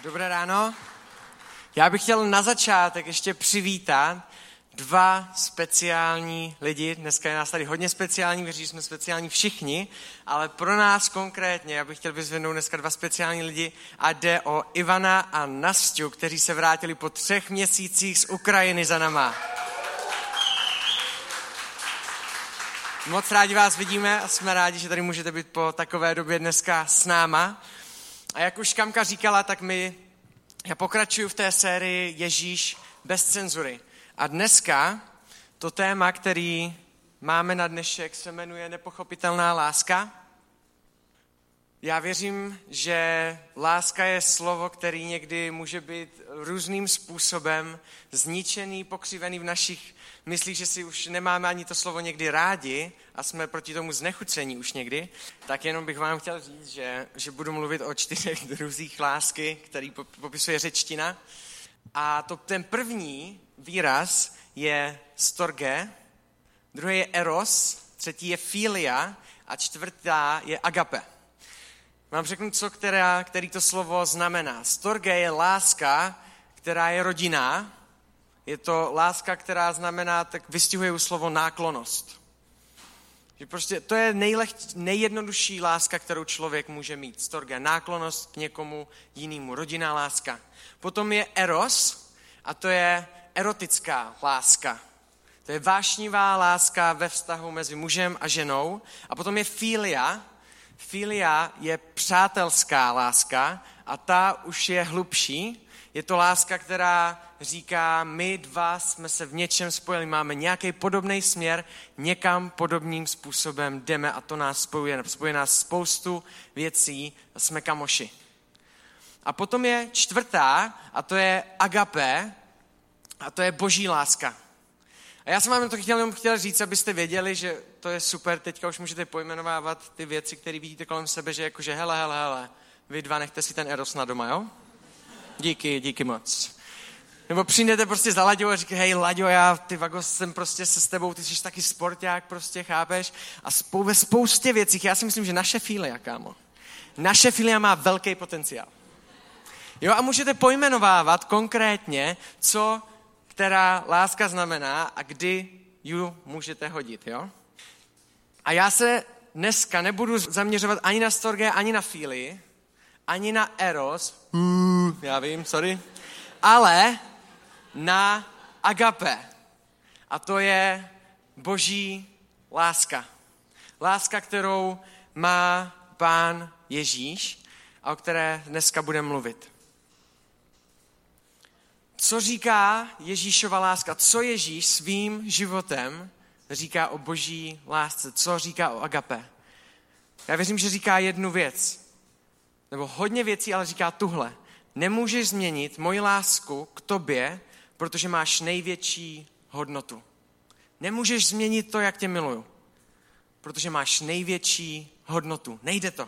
Dobré ráno. Já bych chtěl na začátek ještě přivítat dva speciální lidi. Dneska je nás tady hodně speciální, věřím, že jsme speciální všichni, ale pro nás konkrétně, já bych chtěl vyzvednout dneska dva speciální lidi a jde o Ivana a Nasťu, kteří se vrátili po 3 měsících z Ukrajiny za náma. Moc rádi vás vidíme a jsme rádi, že tady můžete být po takové době dneska s náma. A jak už Kamka říkala, tak já pokračuju v té sérii Ježíš bez cenzury. A dneska to téma, který máme na dnešek, se jmenuje Nepochopitelná láska. Já věřím, že láska je slovo, který někdy může být různým způsobem zničený, pokřivený v našich myslích, že si už nemáme ani to slovo někdy rádi a jsme proti tomu znechucení už někdy. Tak jenom bych vám chtěl říct, že budu mluvit o 4 druzích lásky, který popisuje řečtina. A ten první výraz je storge, druhý je eros, třetí je filia a čtvrtá je agape. Vám řeknu, který to slovo znamená. Storge je láska, která je rodinná. Je to láska, která znamená, tak vystihuje slovo náklonnost. Že prostě to je nejjednodušší láska, kterou člověk může mít. Storge, náklonnost k někomu jinému, rodinná láska. Potom je eros a to je erotická láska. To je vášnivá láska ve vztahu mezi mužem a ženou. A potom je filia. Filia je přátelská láska a ta už je hlubší. Je to láska, která říká, my dva jsme se v něčem spojili, máme nějaký podobný směr, někam podobným způsobem jdeme a to nás spojuje. Spojuje nás spoustu věcí a jsme kamoši. A potom je čtvrtá a to je agape a to je boží láska. A já jsem vám to chtěl říct, abyste věděli, že to je super, teďka už můžete pojmenovávat ty věci, které vidíte kolem sebe, že jakože hele, vy dva nechte si ten eros na doma, jo? Díky moc. Nebo přijdete prostě za Laďou a říkáte, hej Laďo, ty Vago, jsem prostě se s tebou, ty jsi taky sporták, prostě chápeš? A ve spoustě věcích, já si myslím, že naše filia, kámo, naše filia má velký potenciál. Jo, a můžete pojmenovávat konkrétně, co která láska znamená a kdy ji můžete hodit, jo? A já se dneska nebudu zaměřovat ani na storge, ani na filii, ani na eros, já vím, sorry, ale na agape. A to je boží láska. Láska, kterou má Pán Ježíš a o které dneska budeme mluvit. Co říká Ježíšova láska? Co Ježíš svým životem říká o boží lásce? Co říká o agape? Já věřím, že říká jednu věc. Nebo hodně věcí, ale říká tuhle. Nemůžeš změnit moji lásku k tobě, protože máš největší hodnotu. Nemůžeš změnit to, jak tě miluju, protože máš největší hodnotu. Nejde to.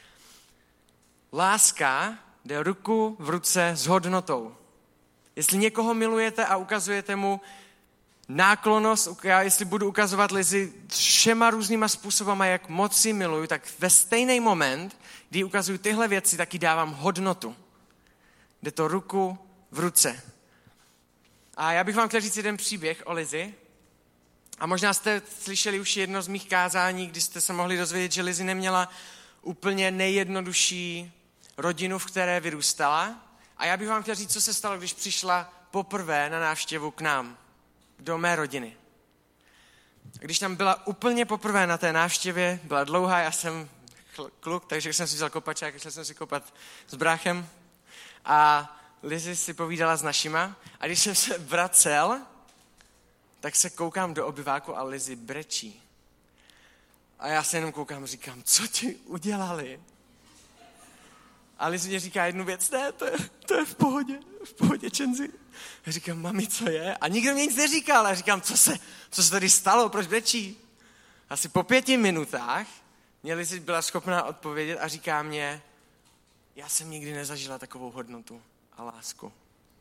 Láska jde ruku v ruce s hodnotou. Jestli někoho milujete a ukazujete mu náklonnost, jestli budu ukazovat Lizi všema různýma způsobama, jak moc si miluju, tak ve stejný moment, kdy ukazuju tyhle věci, tak jí dávám hodnotu. Jde to ruku v ruce. A já bych vám chtěl říct jeden příběh o Lizi. A možná jste slyšeli už jedno z mých kázání, kdy jste se mohli dozvědět, že Lizi neměla úplně nejjednodušší rodinu, v které vyrůstala. A já bych vám chtěl říct, co se stalo, když přišla poprvé na návštěvu k nám, do mé rodiny. Když tam byla úplně poprvé na té návštěvě, byla dlouhá, já jsem kluk, takže jsem si vzal kopačák, šel jsem si kopat s bráchem a Lizi si povídala s našima. A když jsem se vracel, tak se koukám do obyváku a Lizi brečí. A já se jenom koukám a říkám, co ti udělali? A Lizi mě říká jednu věc, ne, to je v pohodě, Čenzi. Já říkám, mami, co je? A nikdo mě nic neříkal. A říkám, co se tady stalo, proč brečí? Asi po 5 minutách mě Lizi byla schopná odpovědět a říká mě, já jsem nikdy nezažila takovou hodnotu a lásku.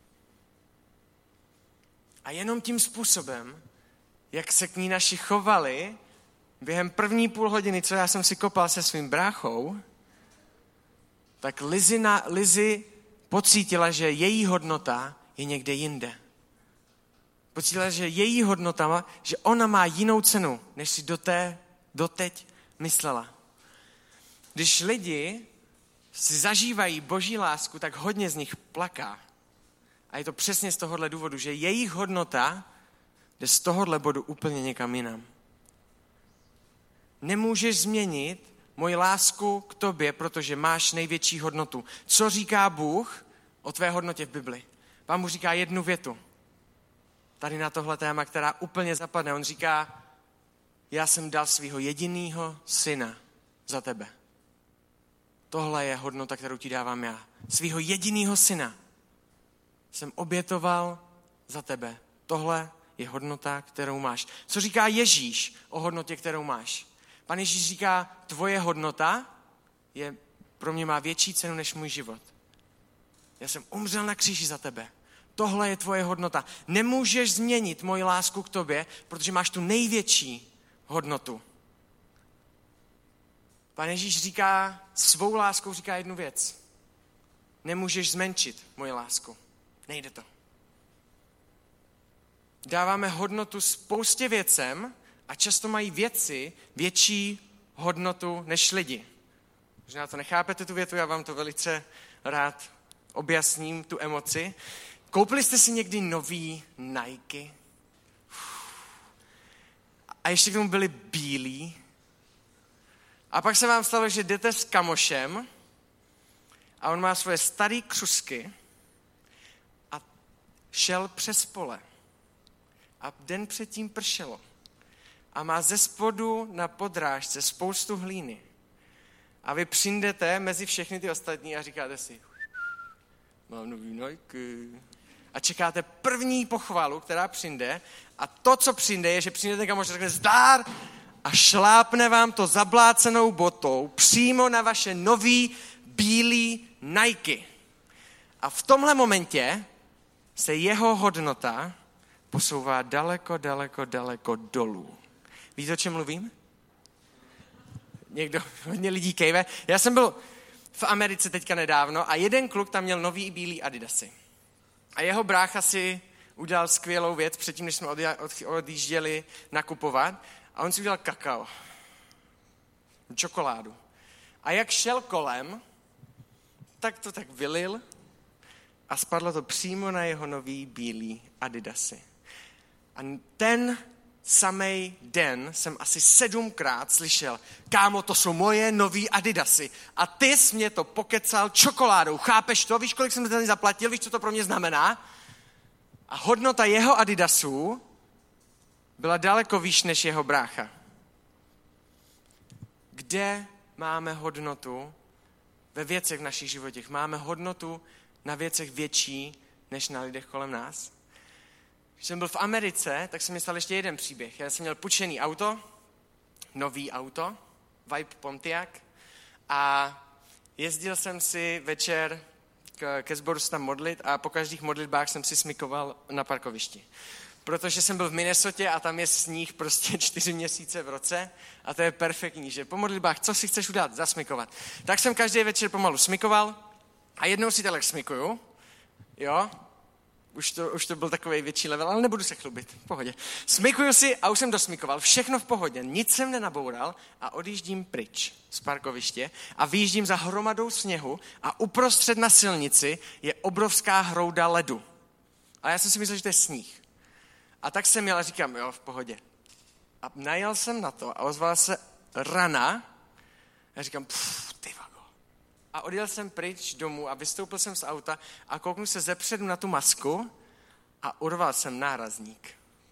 A jenom tím způsobem, jak se k ní naši chovali, během první půl hodiny, co já jsem si kopal se svým bráchou, tak Lizi pocítila, že její hodnota je někde jinde. Pocítila, že její hodnota, že ona má jinou cenu, než si doteď myslela. Když lidi si zažívají Boží lásku, tak hodně z nich plaká. A je to přesně z tohohle důvodu, že jejich hodnota jde z tohohle bodu úplně někam jinam. Nemůžeš změnit moji lásku k tobě, protože máš největší hodnotu. Co říká Bůh o tvé hodnotě v Bibli? Pán mu říká jednu větu. Tady na tohle téma, která úplně zapadne. On říká, já jsem dal svého jedinýho syna za tebe. Tohle je hodnota, kterou ti dávám já. Svého jedinýho syna jsem obětoval za tebe. Tohle je hodnota, kterou máš. Co říká Ježíš o hodnotě, kterou máš? Pan Ježíš říká, tvoje hodnota pro mě má větší cenu než můj život. Já jsem umřel na kříži za tebe. Tohle je tvoje hodnota. Nemůžeš změnit moji lásku k tobě, protože máš tu největší hodnotu. Pan Ježíš říká, svou láskou říká jednu věc. Nemůžeš zmenšit moji lásku. Nejde to. Dáváme hodnotu spoustě věcem a často mají věci větší hodnotu než lidi. Možná to nechápete tu větu, já vám to velice rád objasním, tu emoci. Koupili jste si někdy nový Nike? A ještě k tomu byli bílí. A pak se vám stalo, že jdete s kamošem a on má svoje staré křusky a šel přes pole. A den předtím pršelo. A má ze spodu na podrážce spoustu hlíny. A vy přijdete mezi všechny ty ostatní a říkáte si, mám nový Nike. A čekáte první pochvalu, která přijde. A to, co přijde, je, že přijdete kamoš a řekne zdar a šlápne vám to zablácenou botou přímo na vaše nový bílý Nike. A v tomhle momentě se jeho hodnota posouvá daleko, daleko, daleko dolů. Víte, o čem mluvím? Hodně lidí kejve. Já jsem byl v Americe teďka nedávno a jeden kluk tam měl nový bílý Adidasy. A jeho brácha si udělal skvělou věc předtím, než jsme odjížděli nakupovat. A on si udělal kakao. Čokoládu. A jak šel kolem, tak to tak vylil a spadlo to přímo na jeho nový bílý Adidasy. A ten samej den jsem asi 7krát slyšel, kámo, to jsou moje nový Adidasy. A ty jsi mě to pokecal čokoládou. Chápeš to? Víš, kolik jsem za ně zaplatil? Víš, co to pro mě znamená? A hodnota jeho Adidasů byla daleko výš než jeho brácha. Kde máme hodnotu ve věcech v našich životech? Máme hodnotu na věcech větší než na lidech kolem nás? Když jsem byl v Americe, tak jsem mi stal ještě jeden příběh. Já jsem měl půjčený auto, nový auto, Vibe Pontiac, a jezdil jsem si večer ke sboru se tam modlit a po každých modlitbách jsem si smykoval na parkovišti. Protože jsem byl v Minnesotě a tam je sníh prostě 4 měsíce v roce a to je perfektní, že po modlitbách, co si chceš udělat? Zasmykovat. Tak jsem každý večer pomalu smykoval a jednou si takhle smykuju, jo, už to byl takovej větší level, ale nebudu se chlubit, v pohodě. Smykuju si a už jsem dosmykoval, všechno v pohodě, nic jsem nenaboural a odjíždím pryč z parkoviště a vyjíždím za hromadou sněhu a uprostřed na silnici je obrovská hrouda ledu. A já jsem si myslel, že to je sníh. A tak jsem jel a říkám, jo, v pohodě. A najel jsem na to a ozvala se rana a říkám, ty vago. A odjel jsem pryč domů a vystoupil jsem z auta a kouknu se zepředu na tu masku a urval jsem nárazník.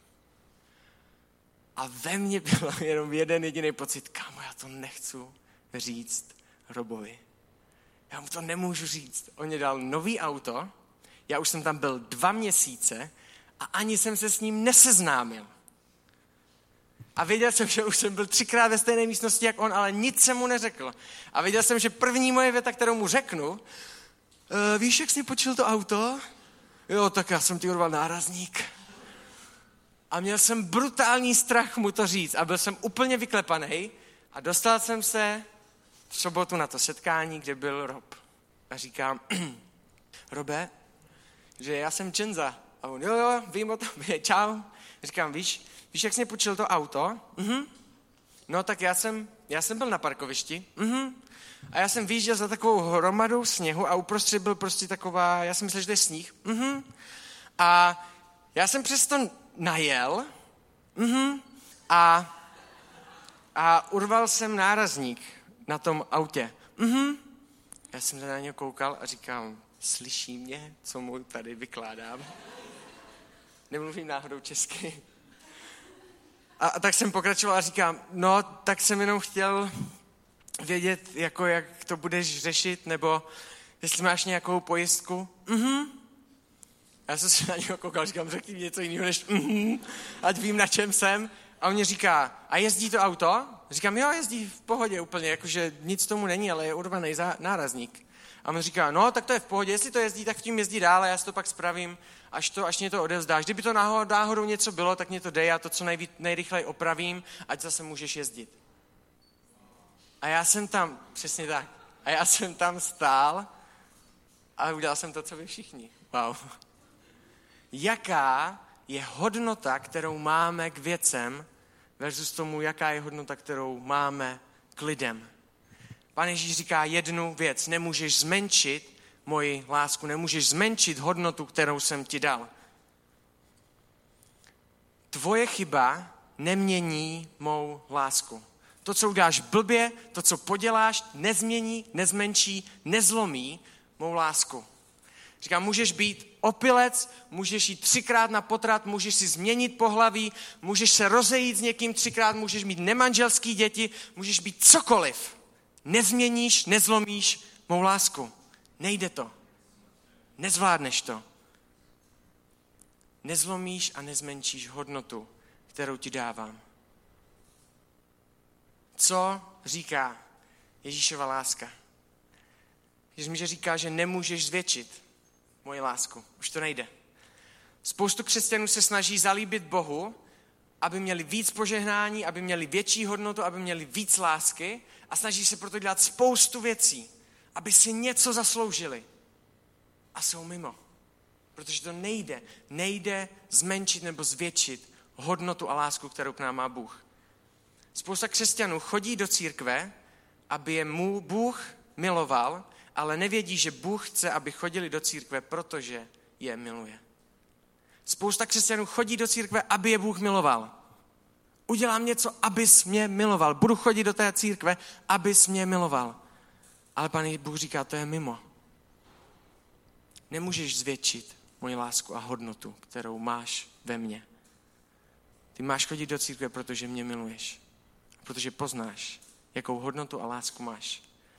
A ve mně byl jenom jeden jediný pocit, kámo, já to nechci říct Robovi. Já mu to nemůžu říct. On mě dal nový auto, já už jsem tam byl 2 měsíce a ani jsem se s ním neseznámil. A věděl jsem, že už jsem byl 3krát ve stejné místnosti jak on, ale nic jsem mu neřekl. A věděl jsem, že první moje věta, kterou mu řeknu, víš, jak jsi počil to auto? Jo, tak já jsem ti urval nárazník. A měl jsem brutální strach mu to říct a byl jsem úplně vyklepaný a dostal jsem se v sobotu na to setkání, kde byl Rob. A říkám, Robe, že já jsem Čenza. A on, jo, vím o tobě, čau. Říkám, víš, jak jsi mě půjčil to auto? No tak já jsem byl na parkovišti. A já jsem vyjížděl za takovou hromadou sněhu a uprostřed byl prostě taková, já jsem myslel, že to je sníh. A já jsem přesto najel a urval jsem nárazník na tom autě. Já jsem na něj koukal a říkám, slyší mě, co mu tady vykládám? Nemluvím náhodou česky. A tak jsem pokračoval a říkám, no, tak jsem jenom chtěl vědět, jako jak to budeš řešit, nebo jestli máš nějakou pojistku. Já jsem se na něho koukal, říkám, řekni mi něco jiného než ať vím, na čem jsem. A on mě říká, a jezdí to auto? Říkám, jo, jezdí v pohodě úplně, jakože nic tomu není, ale je urvaný nárazník. A on říká, no, tak to je v pohodě, jestli to jezdí, tak v tím jezdí dál a já si to pak spravím, až mě to odevzdáš. Kdyby to náhodou něco bylo, tak mě to dej, já to co nejrychleji opravím, ať zase můžeš jezdit. A já jsem tam, přesně tak, a já jsem tam stál a udělal jsem to, co vy všichni. Wow. Jaká je hodnota, kterou máme k věcem, versus tomu, jaká je hodnota, kterou máme k lidem. Pán Ježíš říká jednu věc, nemůžeš zmenšit moji lásku, nemůžeš zmenšit hodnotu, kterou jsem ti dal. Tvoje chyba nemění mou lásku. To, co uděláš blbě, to, co poděláš, nezmění, nezmenší, nezlomí mou lásku. Říkám, můžeš být opilec, můžeš jít 3krát na potrat, můžeš si změnit pohlaví, můžeš se rozejít s někým 3krát, můžeš mít nemanželský děti, můžeš být cokoliv. Nezměníš, nezlomíš mou lásku. Nejde to. Nezvládneš to. Nezlomíš a nezmenšíš hodnotu, kterou ti dávám. Co říká Ježíšova láska? Ježíš říká, že nemůžeš zvětšit moji lásku. Už to nejde. Spoustu křesťanů se snaží zalíbit Bohu, aby měli víc požehnání, aby měli větší hodnotu, aby měli víc lásky a snaží se proto dělat spoustu věcí, aby si něco zasloužili. A jsou mimo. Protože to nejde. Nejde zmenšit nebo zvětšit hodnotu a lásku, kterou k nám má Bůh. Spousta křesťanů chodí do církve, aby je Bůh miloval, ale nevědí, že Bůh chce, aby chodili do církve, protože je miluje. Spousta křesťanů chodí do církve, aby je Bůh miloval. Udělám něco, abys mě miloval. Budu chodit do té církve, abys mě miloval. Ale Pán Bůh říká, to je mimo. Nemůžeš zvětšit moji lásku a hodnotu, kterou máš ve mně. Ty máš chodit do církve, protože mě miluješ. Protože poznáš, jakou hodnotu a lásku máš.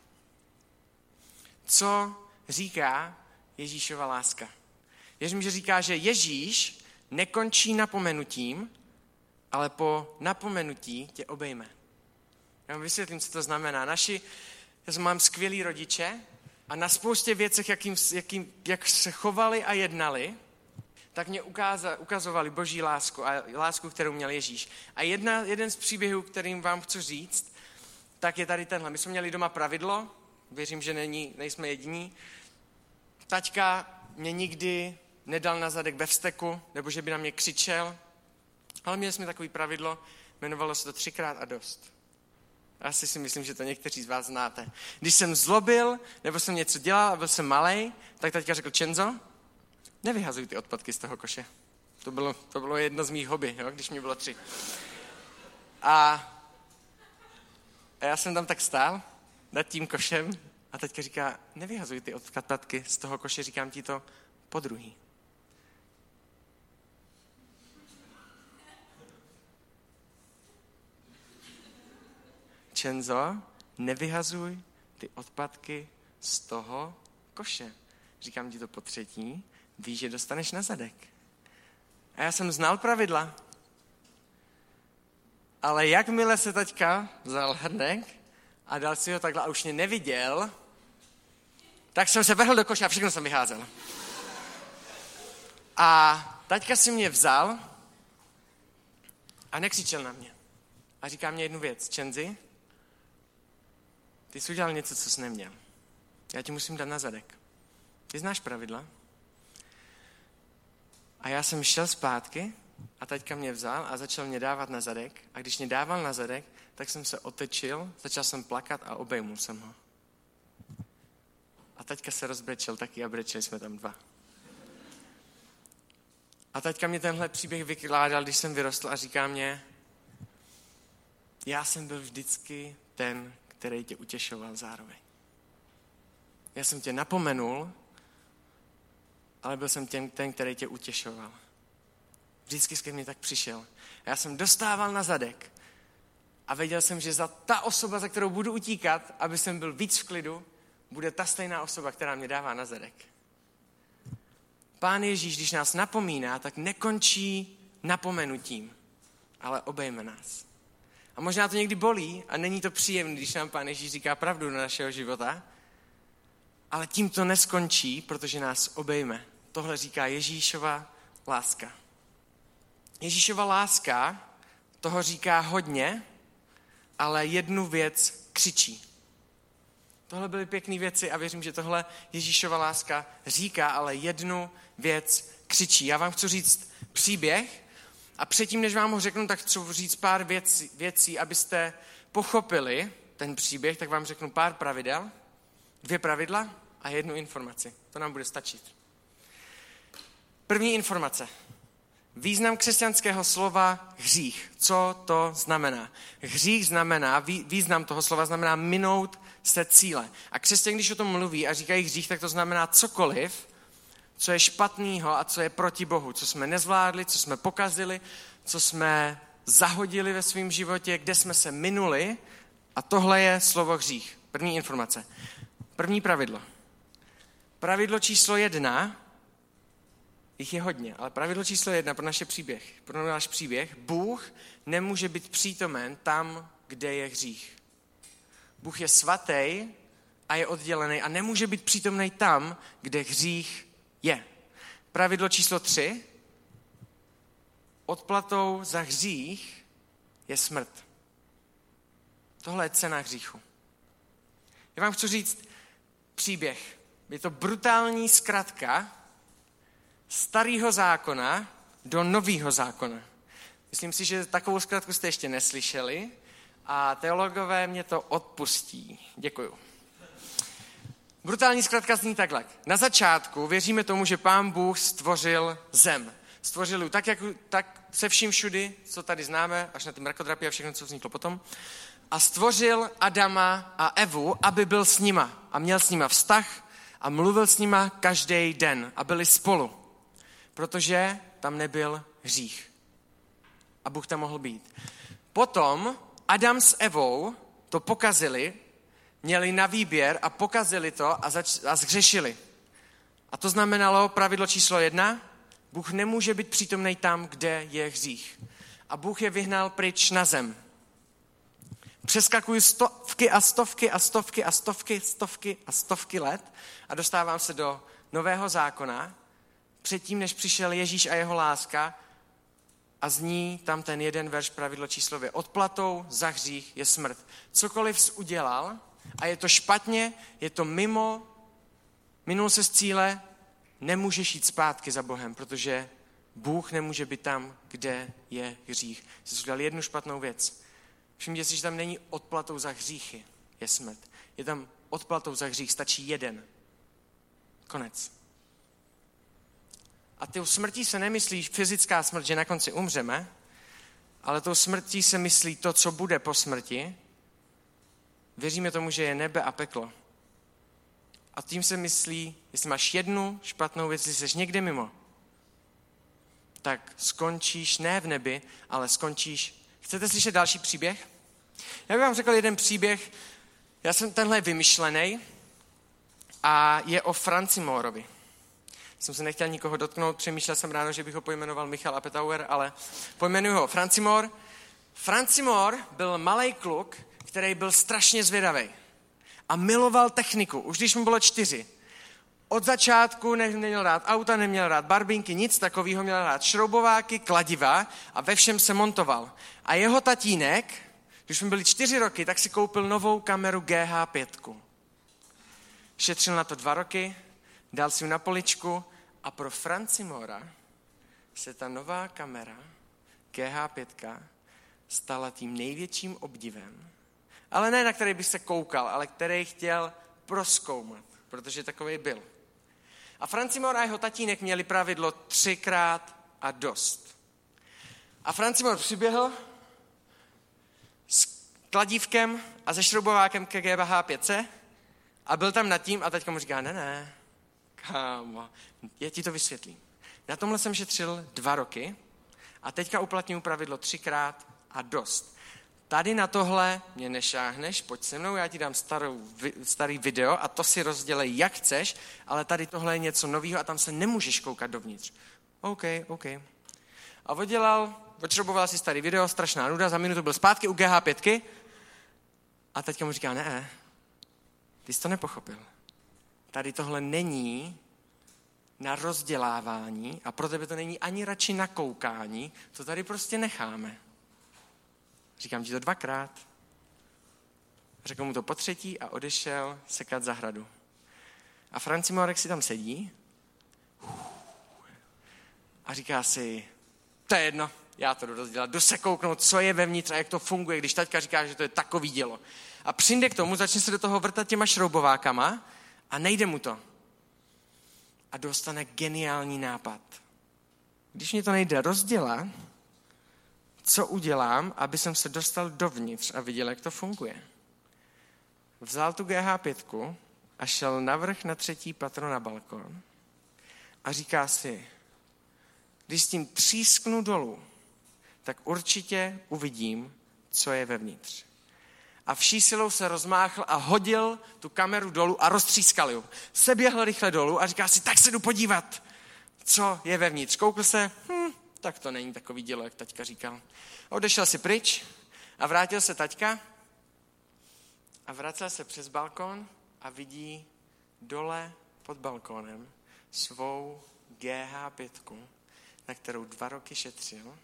Co říká Ježíšova láska? Ježíš říká, že Ježíš nekončí napomenutím, ale po napomenutí tě obejme. Já vám vysvětlím, co to znamená. Já mám skvělý rodiče a na spoustě věcech, jak se chovali a jednali, tak mě ukazovali Boží lásku a lásku, kterou měl Ježíš. A jeden z příběhů, kterým vám chci říct, tak je tady tenhle. My jsme měli doma pravidlo, věřím, že nejsme jediní. Taťka mě nikdy nedal na zadek ve vzteku, nebo že by na mě křičel, ale měli jsme takový pravidlo, jmenovalo se to 3krát a dost. Asi si myslím, že to někteří z vás znáte. Když jsem zlobil, nebo jsem něco dělal a byl jsem malej, tak taťka řekl, Čenzo, nevyhazuj ty odpadky z toho koše. To bylo jedno z mých hobby, jo, když mi bylo 3. A já jsem tam tak stál nad tím košem a teďka říká, nevyhazuj ty odpadky z toho koše, říkám ti to podruhý. Čenzo, nevyhazuj ty odpadky z toho koše. Říkám ti to po třetí, víš, že dostaneš na zadek. A já jsem znal pravidla. Ale jakmile se taťka vzal hrnek a dal si ho takhle a už mě neviděl, tak jsem se vrhl do koše a všechno jsem vyházel. A taťka si mě vzal a nekřičel na mě. A říká mě jednu věc, Čenzi, ty jsi udělal něco, co jsi neměl. Já ti musím dát na zadek. Ty znáš pravidla? A já jsem šel zpátky a taťka mě vzal a začal mě dávat na zadek. A když mě dával na zadek, tak jsem se otočil, začal jsem plakat a obejmul jsem ho. A taťka se rozbrečel taky a brečeli jsme tam dva. A taťka mě tenhle příběh vykládal, když jsem vyrostl a říká mě, já jsem byl vždycky ten, který tě utěšoval zároveň. Já jsem tě napomenul, ale byl jsem ten, který tě utěšoval. Vždycky ke mně tak přišel. A já jsem dostával na zadek a věděl jsem, že za ta osoba, za kterou budu utíkat, aby jsem byl víc v klidu, bude ta stejná osoba, která mě dává na zadek. Pán Ježíš, když nás napomíná, tak nekončí napomenutím, ale obejme nás. A možná to někdy bolí a není to příjemné, když nám Pán Ježíš říká pravdu do našeho života, ale tím to neskončí, protože nás obejme. Tohle říká Ježíšova láska. Ježíšova láska toho říká hodně, ale jednu věc křičí. Tohle byly pěkné věci a věřím, že tohle Ježíšova láska říká, ale jednu věc křičí. Já vám chci říct příběh a předtím, než vám ho řeknu, tak chci říct pár věcí, abyste pochopili ten příběh, tak vám řeknu pár pravidel, 2 pravidla a 1 informaci. To nám bude stačit. První informace. Význam křesťanského slova hřích. Co to znamená? Hřích znamená, význam toho slova znamená minout se cíle. A křesťan, když o tom mluví a říkají hřích, tak to znamená cokoliv, co je špatného a co je proti Bohu. Co jsme nezvládli, co jsme pokazili, co jsme zahodili ve svém životě, kde jsme se minuli. A tohle je slovo hřích. První informace. První pravidlo. Pravidlo číslo 1, jich je hodně, ale pravidlo číslo 1 pro náš příběh, Bůh nemůže být přítomen tam, kde je hřích. Bůh je svatý a je oddělený a nemůže být přítomný tam, kde hřích je. Pravidlo číslo 3, odplatou za hřích je smrt. Tohle je cena hříchu. Já vám chci říct příběh. Je to brutální zkratka starého zákona do nového zákona. Myslím si, že takovou zkratku jste ještě neslyšeli a teologové mě to odpustí. Děkuju. Brutální zkratka zní takhle. Na začátku věříme tomu, že Pán Bůh stvořil zem. Stvořil ji tak se vším všudy, co tady známe, až na ty mrakodrapy a všechno, co vzniklo potom. A stvořil Adama a Evu, aby byl s nima a měl s nima vztah a mluvil s nima každý den a byli spolu, protože tam nebyl hřích. A Bůh tam mohl být. Potom Adam s Evou to pokazili, měli na výběr a pokazili to a zhřešili. A to znamenalo pravidlo číslo 1, Bůh nemůže být přítomný tam, kde je hřích. A Bůh je vyhnal pryč na zem. Přeskakuju stovky a stovky a stovky a stovky, stovky a stovky let a dostávám se do Nového zákona, předtím, než přišel Ježíš a jeho láska a zní tam ten jeden verš pravidlo číslo 2. Odplatou za hřích je smrt. Cokoliv jsi udělal a je to špatně, je to minul se z cíle, nemůžeš jít zpátky za Bohem, protože Bůh nemůže být tam, kde je hřích. Jsi udělal jednu špatnou věc. Všimněte si, že tam není odplatou za hříchy, je smrt. Je tam odplatou za hřích, stačí jeden. Konec. A tou smrtí se nemyslí fyzická smrt, že na konci umřeme, ale tou smrtí se myslí to, co bude po smrti. Věříme tomu, že je nebe a peklo. A tím se myslí, jestli máš jednu špatnou věc, jestli jsi někde mimo, tak skončíš ne v nebi, ale skončíš. Chcete slyšet další příběh? Já bych vám řekl jeden příběh, já jsem tenhle vymyšlený a je o Franci Moorovi. Jsem se nechtěl nikoho dotknout, přemýšlel jsem ráno, že bych ho pojmenoval Michal Apetauer, ale pojmenuji ho Franci Moore. Franci Moore byl malej kluk, který byl strašně zvědavý a miloval techniku, už když mu bylo 4. Od začátku neměl rád auta, neměl rád barbinky, nic takového, měl rád šroubováky, kladiva a ve všem se montoval. A jeho tatínek, když mu byli 4 roky, tak si koupil novou kameru GH5. Šetřil na to 2 roky, dal si ji na poličku a pro Francimora se ta nová kamera GH5 stala tím největším obdivem. Ale ne, na který by se koukal, ale který chtěl prozkoumat, protože takový byl. A Francimor a jeho tatínek měli pravidlo 3x a dost. A Francimor přiběhl s kladívkem a se šroubovákem ke GH5 a byl tam nad tím a teďka mu říká, ne, kámo, já ti to vysvětlím. Na tomhle jsem šetřil 2 roky a teďka uplatňuji pravidlo 3x a dost. Tady na tohle mě nešáhneš, pojď se mnou, já ti dám starý video a to si rozdělej jak chceš, ale tady tohle je něco nového a tam se nemůžeš koukat dovnitř. OK. A odšrouboval si starý video, strašná nuda, za minutu byl zpátky u GH5 a teďka mu říká, ne, ty jsi to nepochopil. Tady tohle není na rozdělávání a pro tebe to není ani radši na koukání, to tady prostě necháme. Říkám ti to 2x. Řekl mu to po 3. a odešel sekat zahradu. A Francimorek si tam sedí a říká si, to je jedno, já to jdu rozdělat, jdu se kouknout, co je vevnitř a jak to funguje, když taťka říká, že to je takový dělo. A přijde k tomu, začne se do toho vrtat těma šroubovákama a nejde mu to. A dostane geniální nápad. Když mě to nejde rozdělat, co udělám, aby jsem se dostal dovnitř a viděl, jak to funguje. Vzal tu GH5 a šel navrch na 3. patro na balkon a říká si, když s tím třísknu dolů, tak určitě uvidím, co je vevnitř. A vší silou se rozmáchl a hodil tu kameru dolů a roztřískal ji. Seběhl rychle dolů a říká si, tak se jdu podívat, co je vevnitř. Koukl se, tak to není takový dělo, jak taťka říkal. Odešel si pryč a vrátil se taťka a vracel se přes balkon a vidí dole pod balkónem svou GH5, na kterou 2 roky šetřil.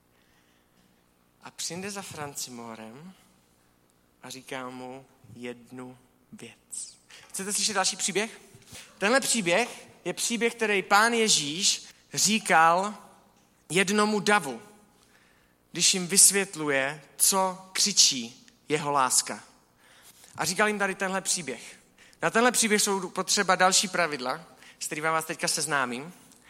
A přijde za Francimorem a říká mu jednu věc. Chcete slyšet další příběh? Tenhle příběh je příběh, který Pán Ježíš říkal jednomu davu, když jim vysvětluje, co křičí jeho láska. A říkal jim tady tenhle příběh. Na tenhle příběh jsou potřeba další pravidla, s kterými vás teďka seznámím.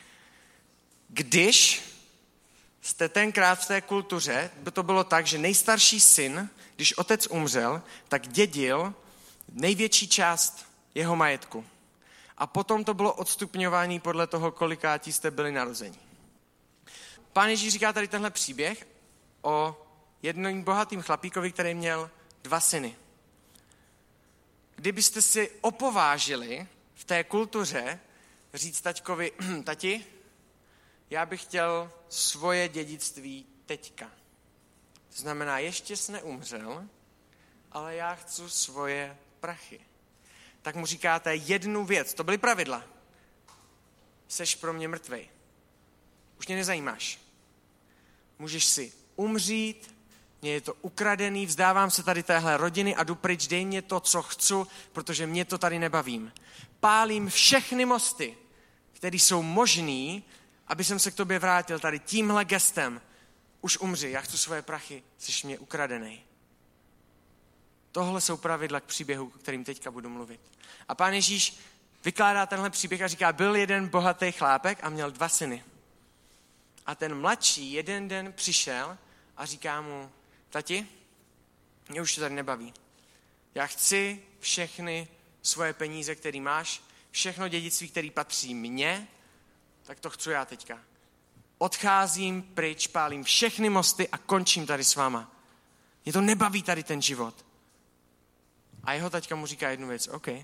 Když jste tenkrát v té kultuře, to bylo tak, že nejstarší syn, když otec umřel, tak dědil největší část jeho majetku. A potom to bylo odstupňování podle toho, kolikátí jste byli narození. Pán Ježíš říká tady tenhle příběh o jednom bohatým chlapíkovi, který měl 2 syny. Kdybyste si opovážili v té kultuře říct taťkovi, tati, já bych chtěl svoje dědictví teďka. To znamená, ještě jsi neumřel, ale já chci svoje prachy. Tak mu říkáte jednu věc, to byly pravidla. Seš pro mě mrtvej. Už mě nezajímáš. Můžeš si umřít, mě je to ukradený, vzdávám se tady téhle rodiny a jdu pryč, dej mě to, co chci, protože mě to tady nebavím. Pálím všechny mosty, které jsou možný, aby jsem se k tobě vrátil tady tímhle gestem. Už umři, já chci svoje prachy, jsi mě ukradenej. Tohle jsou pravidla k příběhu, o kterým teďka budu mluvit. A Pán Ježíš vykládá tenhle příběh a říká, byl jeden bohatý chlápek a měl 2 syny. A ten mladší jeden den přišel a říká mu, tati, mě už to tady nebaví. Já chci všechny svoje peníze, které máš, všechno dědictví, které patří mně, tak to chci já teďka. Odcházím pryč, pálím všechny mosty a končím tady s váma. Mě to nebaví tady ten život. A jeho taťka mu říká jednu věc, OK.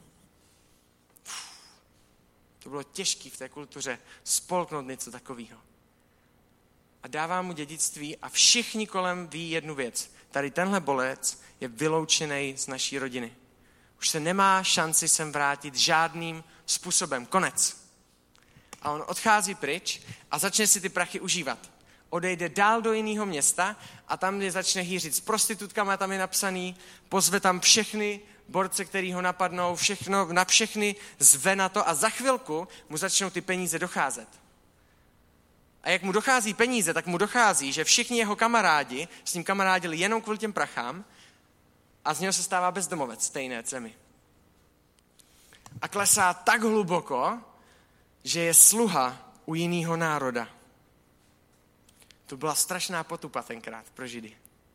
To bylo těžké v té kultuře spolknout něco takového. A dává mu dědictví a všichni kolem ví jednu věc. Tady tenhle bolec je vyloučený z naší rodiny. Už se nemá šanci sem vrátit žádným způsobem. Konec. A on odchází pryč a začne si ty prachy užívat. Odejde dál do jiného města a tam je začne hýřit s prostitutkama, tam je napsaný, pozve tam všechny borce, který ho napadnou, na všechny zve na to a za chvilku mu začnou ty peníze docházet. A jak mu dochází peníze, tak mu dochází, že všichni jeho kamarádi s ním kamarádili jenom kvůli těm prachám a z něho se stává bezdomovec stejné zemi. A klesá tak hluboko, že je sluha u jiného národa. To byla strašná potupa tenkrát pro Židy.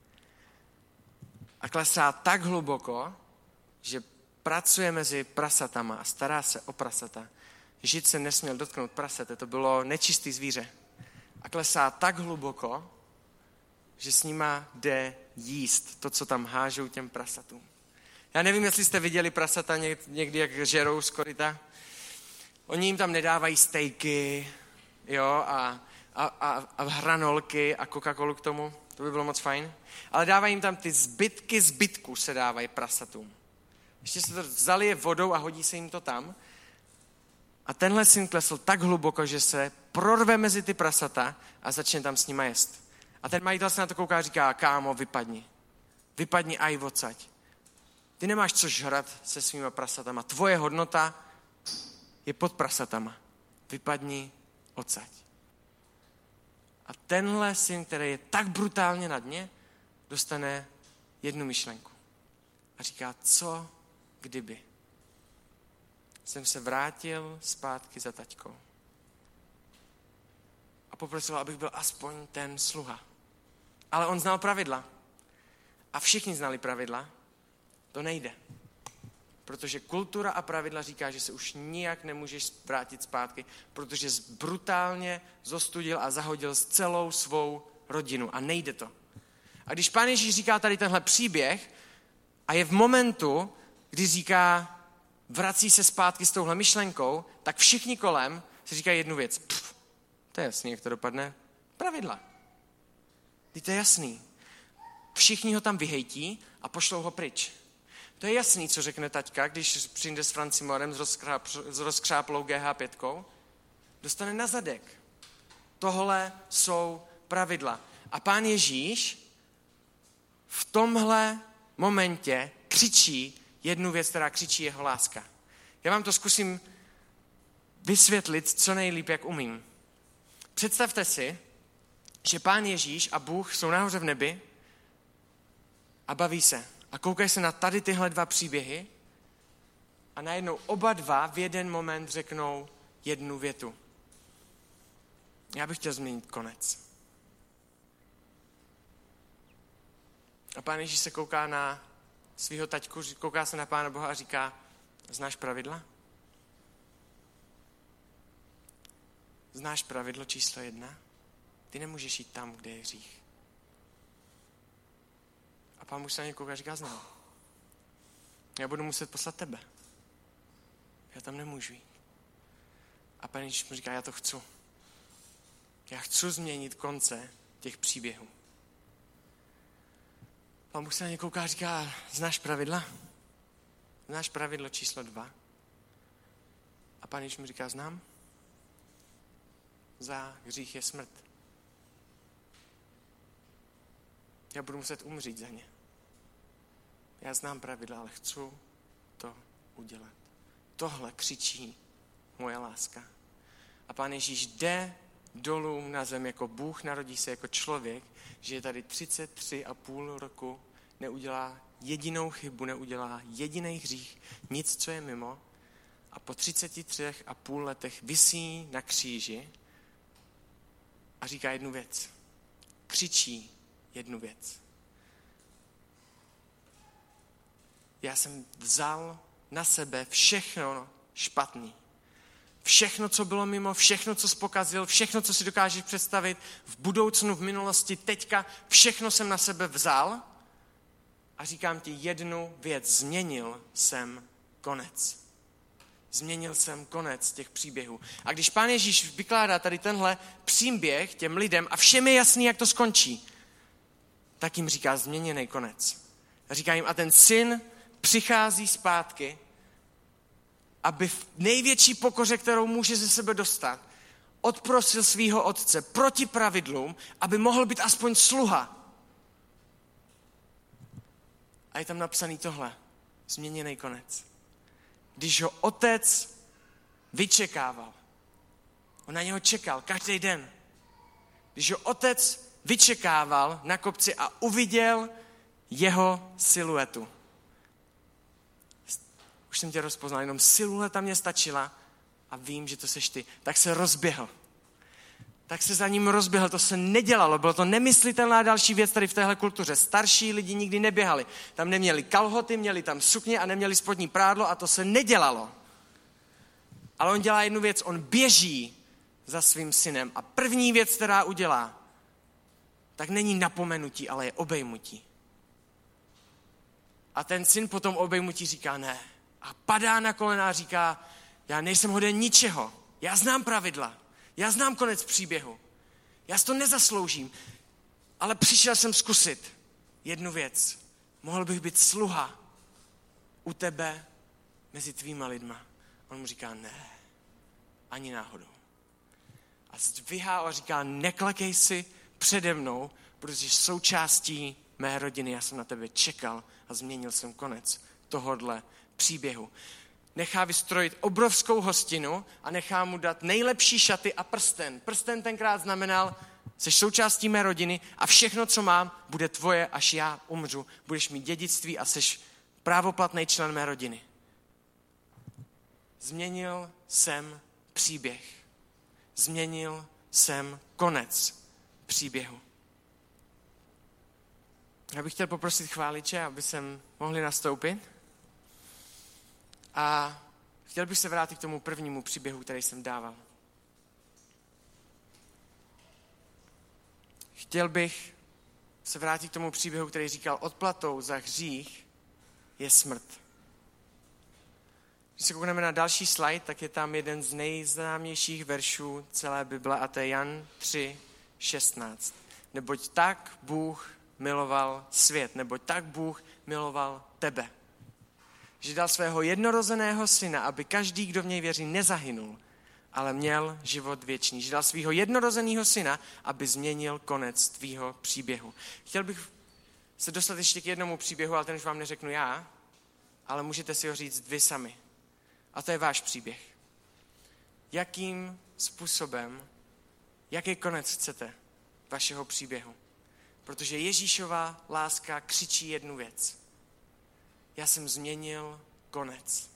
A klesá tak hluboko, že pracuje mezi prasatama a stará se o prasata. Žid se nesměl dotknout prasete, to bylo nečistý zvíře. A klesá tak hluboko, že s nima jde jíst to, co tam hážou těm prasatům. Já nevím, jestli jste viděli prasata někdy, jak žerou z koryta. Oni jim tam nedávají stejky, jo, a hranolky a Coca-Colu k tomu. To by bylo moc fajn. Ale dávají jim tam ty zbytky zbytků se dávají prasatům. Ještě se to zalije vodou a hodí se jim to tam. A tenhle syn klesl tak hluboko, že se prorve mezi ty prasata a začne tam s nima jest. A ten majitel se na to kouká a říká, kámo, vypadni. Vypadni aj odsaď. Ty nemáš co žrat se svýma prasatama. Tvoje hodnota je pod prasatama. Vypadni odsaď. A tenhle syn, který je tak brutálně na dně, dostane jednu myšlenku. A říká, co kdyby jsem se vrátil zpátky za taťkou a poprosil, abych byl aspoň ten sluha. Ale on znal pravidla. A všichni znali pravidla. To nejde. Protože kultura a pravidla říká, že se už nijak nemůžeš vrátit zpátky, protože jsi brutálně zostudil a zahodil celou svou rodinu. A nejde to. A když Pán Ježíš říká tady tenhle příběh a je v momentu, kdy říká, vrací se zpátky s touhle myšlenkou, tak všichni kolem si říkají jednu věc. To je jasný, jak to dopadne. Pravidla. To je jasný. Všichni ho tam vyhejtí a pošlou ho pryč. To je jasný, co řekne taťka, když přijde s Francimorem s rozkřáplou GH5. Dostane na zadek. Tohle jsou pravidla. A Pán Ježíš v tomhle momentě křičí jednu věc, která křičí jeho láska. Já vám to zkusím vysvětlit co nejlíp, jak umím. Představte si, že Pán Ježíš a Bůh jsou nahoře v nebi a baví se. A koukají se na tady tyhle dva příběhy a najednou oba dva v jeden moment řeknou jednu větu. Já bych chtěl změnit konec. A Pán Ježíš se kouká na svého taťku, kouká se na Pána Boha a říká, znáš pravidla? Znáš pravidlo číslo 1? Ty nemůžeš jít tam, kde je hřích. A Pán Bůh se na ně kouká a říká, znám. Já budu muset poslat tebe. Já tam nemůžu jít. A Pán Ježíš mu říká, já to chci. Já chci změnit konce těch příběhů. Pán Bůh se na ně kouká a říká, znáš pravidla? Znáš pravidlo číslo 2? A Pán Ježíš mu říká, znám. Za hřích je smrt. Já budu muset umřít za ně. Já znám pravidla, ale chci to udělat. Tohle křičí moje láska. A Pán Ježíš jde dolů na zem jako Bůh, narodí se jako člověk, že je tady 33,5 roku, neudělá jedinou chybu, neudělá jediný hřích, nic, co je mimo. A po 33,5 letech visí na kříži a říká jednu věc. Křičí jednu věc. Já jsem vzal na sebe všechno špatný. Všechno, co bylo mimo, všechno, co jsi pokazil, všechno, co si dokážeš představit v budoucnu, v minulosti, teďka, všechno jsem na sebe vzal a říkám ti jednu věc. Změnil jsem konec. Změnil jsem konec těch příběhů. A když Pán Ježíš vykládá tady tenhle příběh těm lidem a všem je jasný, jak to skončí, tak jim říká změněný konec. A říká jim, a ten syn přichází zpátky, aby v největší pokoře, kterou může ze sebe dostat, odprosil svého otce proti pravidlům, aby mohl být aspoň sluha. A je tam napsaný tohle. změněný konec. Když ho otec vyčekával. On na něho čekal každý den. Když ho otec vyčekával na kopci a uviděl jeho siluetu. Už jsem tě rozpoznal, jenom silueta mě stačila a vím, že to seš ty. Tak se rozběhl. Tak se za ním rozběhl, to se nedělalo, bylo to nemyslitelná další věc tady v téhle kultuře. Starší lidi nikdy neběhali. Tam neměli kalhoty, měli tam sukně a neměli spodní prádlo a to se nedělalo. Ale on dělá jednu věc, on běží za svým synem a první věc, která udělá, tak není napomenutí, ale je obejmutí. A ten syn po tom obejmutí říká ne. A padá na kolena a říká, já nejsem hoden ničeho, já znám pravidla. Já znám konec příběhu. Já si to nezasloužím. Ale přišel jsem zkusit jednu věc. Mohl bych být sluha u tebe mezi tvýma lidma. On mu říká ne. Ani náhodou. A zdvihá a říká neklekej si přede mnou, protože jsi součástí mé rodiny. Já jsem na tebe čekal a změnil jsem konec tohodle příběhu. Nechá vystrojit obrovskou hostinu a nechá mu dát nejlepší šaty a prsten. Prsten tenkrát znamenal, jsi součástí mé rodiny a všechno, co mám, bude tvoje, až já umřu. Budeš mít dědictví a jsi právoplatný člen mé rodiny. Změnil jsem příběh. Změnil jsem konec příběhu. Já bych chtěl poprosit chváliče, aby sem mohli nastoupit. A chtěl bych se vrátit k tomu prvnímu příběhu, který jsem dával. Chtěl bych se vrátit k tomu příběhu, který říkal, odplatou za hřích je smrt. Když se koukneme na další slide, tak je tam jeden z nejznámějších veršů celé Bible a to je Jan 3:16. Neboť tak Bůh miloval svět, neboť tak Bůh miloval tebe. Že dal svého jednorozeného syna, aby každý, kdo v něj věří, nezahynul, ale měl život věčný. Že dal svého jednorozeného syna, aby změnil konec tvýho příběhu. Chtěl bych se dostat ještě k jednomu příběhu, ale ten už vám neřeknu já, ale můžete si ho říct vy sami. A to je váš příběh. Jakým způsobem, jaký konec chcete vašeho příběhu? Protože Ježíšova láska křičí jednu věc. Já jsem změnil konec.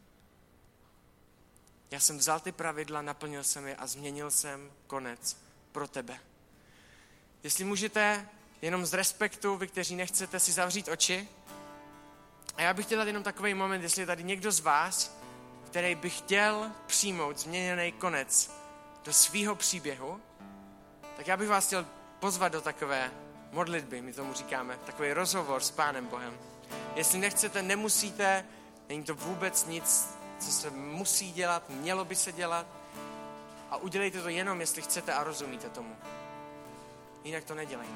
Já jsem vzal ty pravidla, naplnil jsem je a změnil jsem konec pro tebe. Jestli můžete, jenom z respektu, vy, kteří nechcete si zavřít oči, a já bych chtěl dát jenom takový moment, jestli je tady někdo z vás, který by chtěl přijmout změněný konec do svýho příběhu, tak já bych vás chtěl pozvat do takové modlitby, my tomu říkáme, takový rozhovor s Pánem Bohem. Jestli nechcete, nemusíte, není to vůbec nic, co se musí dělat, mělo by se dělat a udělejte to jenom, jestli chcete a rozumíte tomu. Jinak to nedělejte.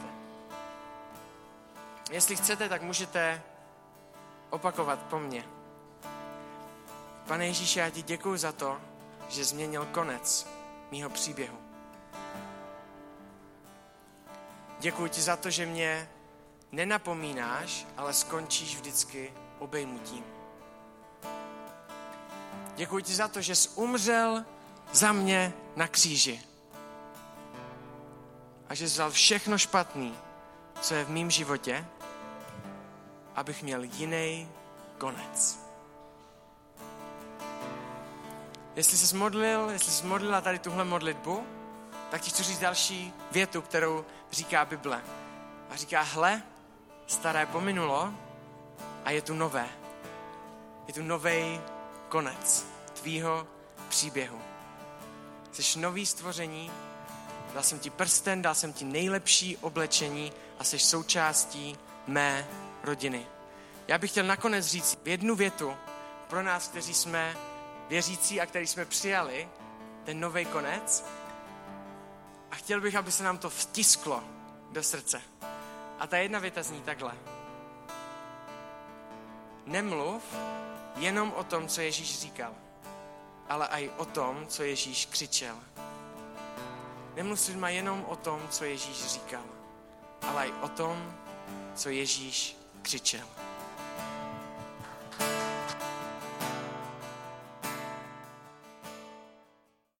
Jestli chcete, tak můžete opakovat po mně. Pane Ježíši, já ti děkuju za to, že změnil konec mýho příběhu. Děkuji ti za to, že mě nenapomínáš, ale skončíš vždycky obejmutím. Děkuji ti za to, že jsi umřel za mě na kříži. A že jsi vzal všechno špatný, co je v mém životě, abych měl jiný konec. Jestli jsi modlila tady tuhle modlitbu, tak ti chci říct další větu, kterou říká Bible. A říká, hle, staré pominulo a je tu nové. Je tu nový konec tvýho příběhu. Jsi nový stvoření, dal jsem ti prsten, dal jsem ti nejlepší oblečení a jsi součástí mé rodiny. Já bych chtěl nakonec říct jednu větu pro nás, kteří jsme věřící a kteří jsme přijali ten nový konec. A chtěl bych, aby se nám to vtisklo do srdce. A ta jedna věta zní takhle. Nemluv jenom o tom, co Ježíš říkal, ale i o tom, co Ježíš křičel. Nemluv s lidma jenom o tom, co Ježíš říkal, ale i o tom, co Ježíš křičel.